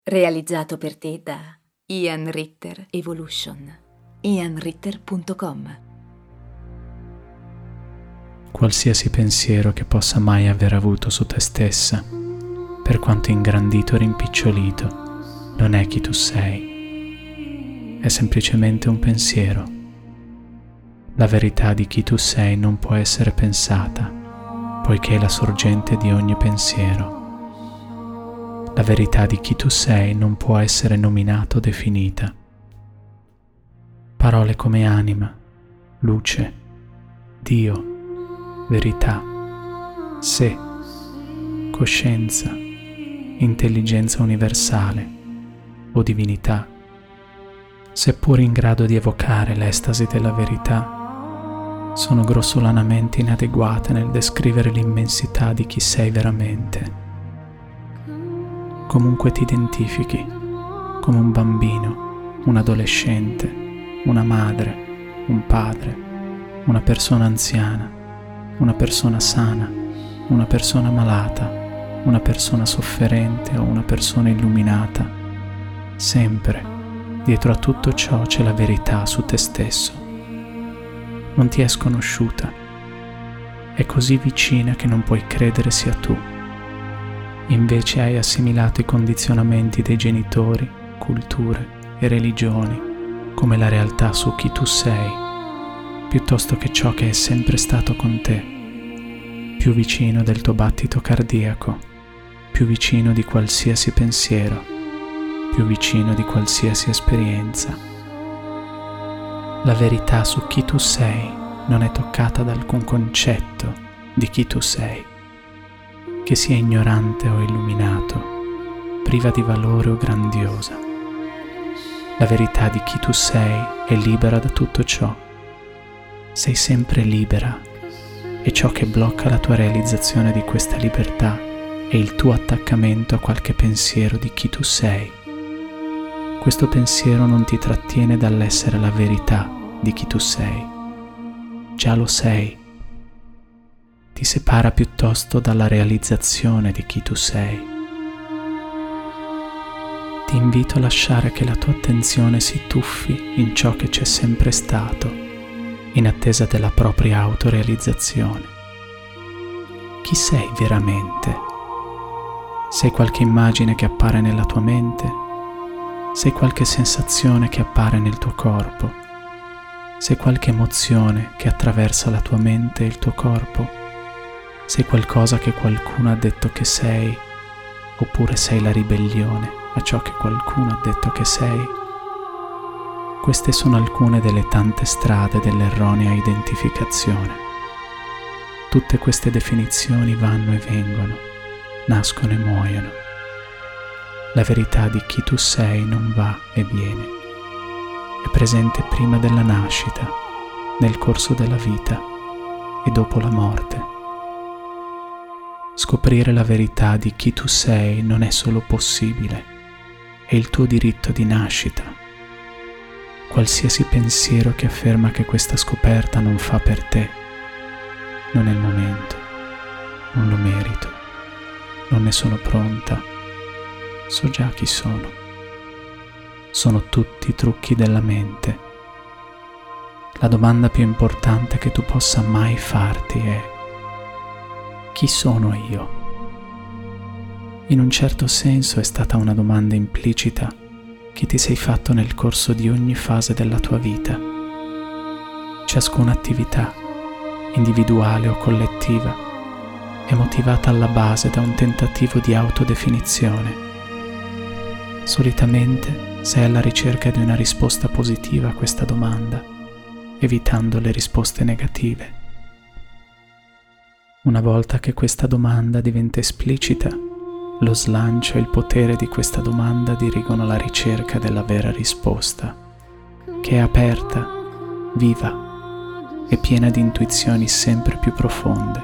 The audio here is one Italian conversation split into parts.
Realizzato per te da Ian Ritter Evolution. ianritter.com. Qualsiasi pensiero che possa mai aver avuto su te stessa, per quanto ingrandito e rimpicciolito, non è chi tu sei. È semplicemente un pensiero. La verità di chi tu sei non può essere pensata, poiché è la sorgente di ogni pensiero. La verità di chi tu sei non può essere nominata o definita. Parole come anima, luce, Dio, verità, sé, coscienza, intelligenza universale o divinità, seppur in grado di evocare l'estasi della verità, sono grossolanamente inadeguate nel descrivere l'immensità di chi sei veramente. Comunque ti identifichi, come un bambino, un adolescente, una madre, un padre, una persona anziana, una persona sana, una persona malata, una persona sofferente o una persona illuminata. Sempre, dietro a tutto ciò c'è la verità su te stesso. Non ti è sconosciuta, è così vicina che non puoi credere sia tu. Invece hai assimilato i condizionamenti dei genitori, culture e religioni come la realtà su chi tu sei, piuttosto che ciò che è sempre stato con te, più vicino del tuo battito cardiaco, più vicino di qualsiasi pensiero, più vicino di qualsiasi esperienza. La verità su chi tu sei non è toccata da alcun concetto di chi tu sei, che sia ignorante o illuminato, priva di valore o grandiosa. La verità di chi tu sei è libera da tutto ciò. Sei sempre libera e ciò che blocca la tua realizzazione di questa libertà è il tuo attaccamento a qualche pensiero di chi tu sei. Questo pensiero non ti trattiene dall'essere la verità di chi tu sei. Già lo sei. Ti separa piuttosto dalla realizzazione di chi tu sei. Ti invito a lasciare che la tua attenzione si tuffi in ciò che c'è sempre stato, in attesa della propria autorealizzazione. Chi sei veramente? Sei qualche immagine che appare nella tua mente? Sei qualche sensazione che appare nel tuo corpo? Sei qualche emozione che attraversa la tua mente e il tuo corpo? Sei qualcosa che qualcuno ha detto che sei, oppure sei la ribellione a ciò che qualcuno ha detto che sei? Queste sono alcune delle tante strade dell'erronea identificazione. Tutte queste definizioni vanno e vengono, nascono e muoiono. La verità di chi tu sei non va e viene. È presente prima della nascita, nel corso della vita e dopo la morte. Scoprire la verità di chi tu sei non è solo possibile, è il tuo diritto di nascita. Qualsiasi pensiero che afferma che questa scoperta non fa per te, non è il momento, non lo merito, non ne sono pronta, so già chi sono. Sono tutti trucchi della mente. La domanda più importante che tu possa mai farti è: chi sono io? In un certo senso è stata una domanda implicita che ti sei fatto nel corso di ogni fase della tua vita. Ciascuna attività, individuale o collettiva, è motivata alla base da un tentativo di autodefinizione. Solitamente sei alla ricerca di una risposta positiva a questa domanda, evitando le risposte negative. Una volta che questa domanda diventa esplicita, lo slancio e il potere di questa domanda dirigono la ricerca della vera risposta, che è aperta, viva e piena di intuizioni sempre più profonde.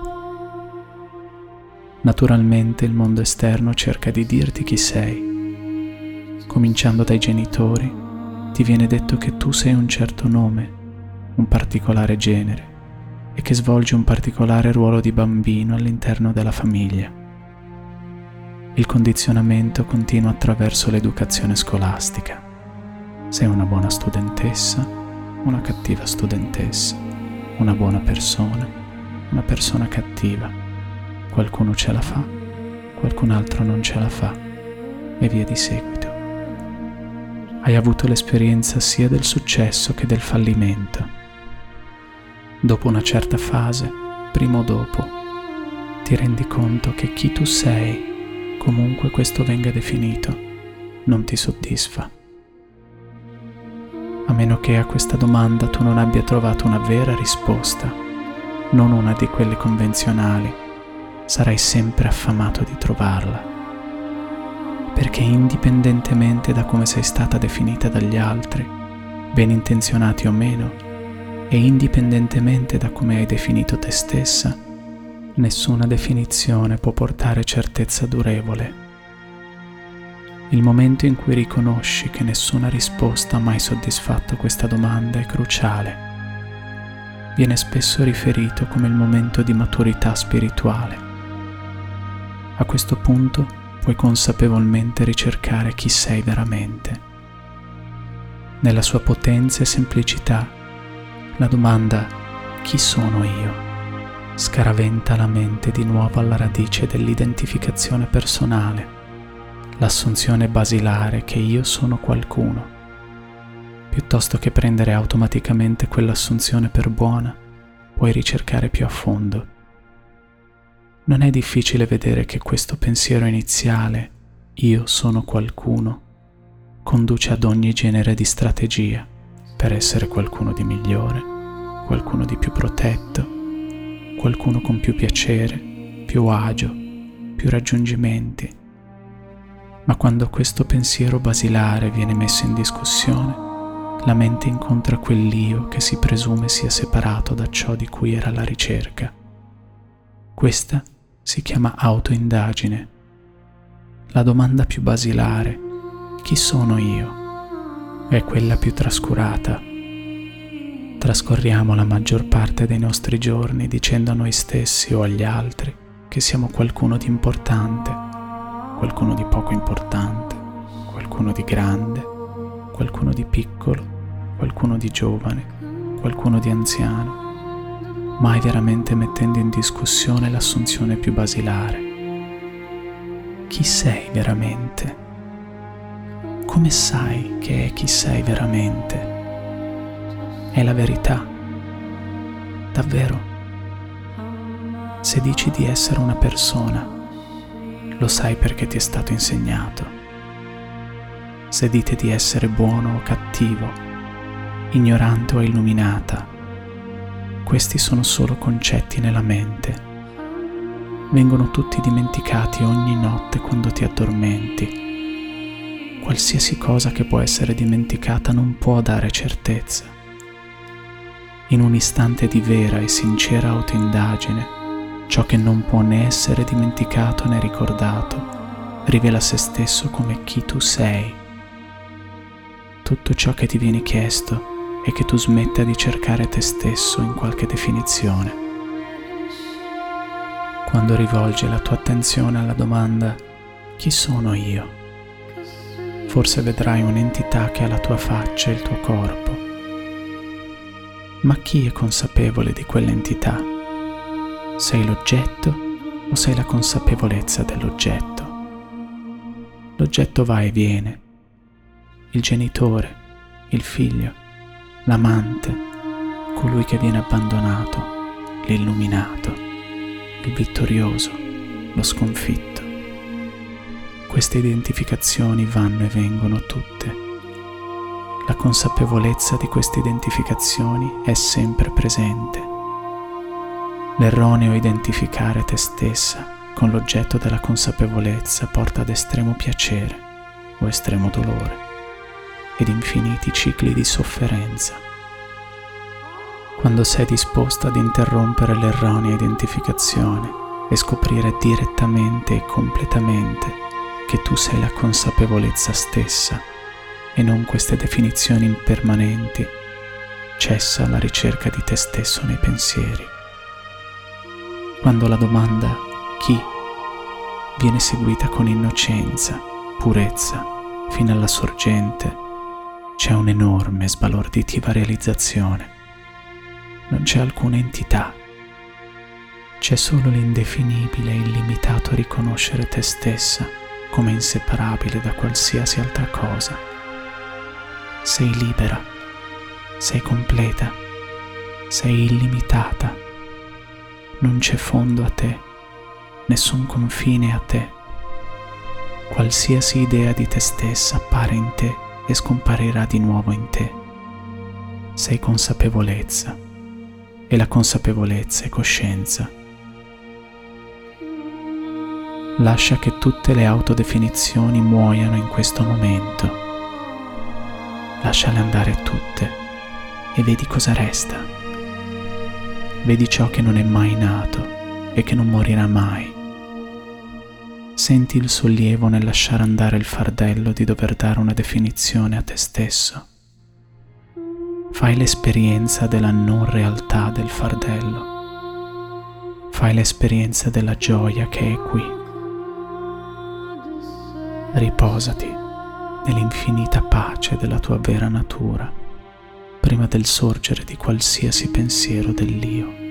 Naturalmente il mondo esterno cerca di dirti chi sei. Cominciando dai genitori, ti viene detto che tu sei un certo nome, un particolare genere, e che svolge un particolare ruolo di bambino all'interno della famiglia. Il condizionamento continua attraverso l'educazione scolastica. Sei una buona studentessa, una cattiva studentessa, una buona persona, una persona cattiva. Qualcuno ce la fa, qualcun altro non ce la fa, e via di seguito. Hai avuto l'esperienza sia del successo che del fallimento. Dopo una certa fase, prima o dopo, ti rendi conto che chi tu sei, comunque questo venga definito, non ti soddisfa. A meno che a questa domanda tu non abbia trovato una vera risposta, non una di quelle convenzionali, sarai sempre affamato di trovarla. Perché indipendentemente da come sei stata definita dagli altri, ben intenzionati o meno, e indipendentemente da come hai definito te stessa, nessuna definizione può portare certezza durevole. Il momento in cui riconosci che nessuna risposta ha mai soddisfatto questa domanda è cruciale. Viene spesso riferito come il momento di maturità spirituale. A questo punto puoi consapevolmente ricercare chi sei veramente. Nella sua potenza e semplicità, la domanda "chi sono io?" scaraventa la mente di nuovo alla radice dell'identificazione personale, l'assunzione basilare che io sono qualcuno. Piuttosto che prendere automaticamente quell'assunzione per buona, puoi ricercare più a fondo. Non è difficile vedere che questo pensiero iniziale, io sono qualcuno, conduce ad ogni genere di strategia per essere qualcuno di migliore, qualcuno di più protetto, qualcuno con più piacere, più agio, più raggiungimenti. Ma quando questo pensiero basilare viene messo in discussione, la mente incontra quell'io che si presume sia separato da ciò di cui era la ricerca. Questa si chiama autoindagine. La domanda più basilare, chi sono io, è quella più trascurata. Trascorriamo la maggior parte dei nostri giorni dicendo a noi stessi o agli altri che siamo qualcuno di importante, qualcuno di poco importante, qualcuno di grande, qualcuno di piccolo, qualcuno di giovane, qualcuno di anziano, mai veramente mettendo in discussione l'assunzione più basilare. Chi sei veramente? Come sai che è chi sei veramente? È la verità. Davvero? Se dici di essere una persona, lo sai perché ti è stato insegnato. Se dite di essere buono o cattivo, ignorante o illuminata, questi sono solo concetti nella mente. Vengono tutti dimenticati ogni notte quando ti addormenti. Qualsiasi cosa che può essere dimenticata non può dare certezza. In un istante di vera e sincera autoindagine, ciò che non può né essere dimenticato né ricordato rivela se stesso come chi tu sei. Tutto ciò che ti viene chiesto è che tu smetta di cercare te stesso in qualche definizione. Quando rivolgi la tua attenzione alla domanda "chi sono io?", forse vedrai un'entità che ha la tua faccia e il tuo corpo. Ma chi è consapevole di quell'entità? Sei l'oggetto o sei la consapevolezza dell'oggetto? L'oggetto va e viene. Il genitore, il figlio, l'amante, colui che viene abbandonato, l'illuminato, il vittorioso, lo sconfitto. Queste identificazioni vanno e vengono tutte. La consapevolezza di queste identificazioni è sempre presente. L'erroneo identificare te stessa con l'oggetto della consapevolezza porta ad estremo piacere o estremo dolore ed infiniti cicli di sofferenza. Quando sei disposto ad interrompere l'erronea identificazione e scoprire direttamente e completamente che tu sei la consapevolezza stessa e non queste definizioni impermanenti, cessa la ricerca di te stesso nei pensieri. Quando la domanda "chi?" viene seguita con innocenza, purezza, fino alla sorgente c'è un'enorme sbalorditiva realizzazione. Non c'è alcuna entità, c'è solo l'indefinibile e illimitato riconoscere te stessa come inseparabile da qualsiasi altra cosa. Sei libera, sei completa, sei illimitata. Non c'è fondo a te, nessun confine a te. Qualsiasi idea di te stessa appare in te e scomparirà di nuovo in te. Sei consapevolezza e la consapevolezza è coscienza. Lascia che tutte le autodefinizioni muoiano in questo momento. Lasciale andare tutte e vedi cosa resta. Vedi ciò che non è mai nato e che non morirà mai. Senti il sollievo nel lasciare andare il fardello di dover dare una definizione a te stesso. Fai l'esperienza della non realtà del fardello. Fai l'esperienza della gioia che è qui. Riposati nell'infinita pace della tua vera natura, prima del sorgere di qualsiasi pensiero dell'io.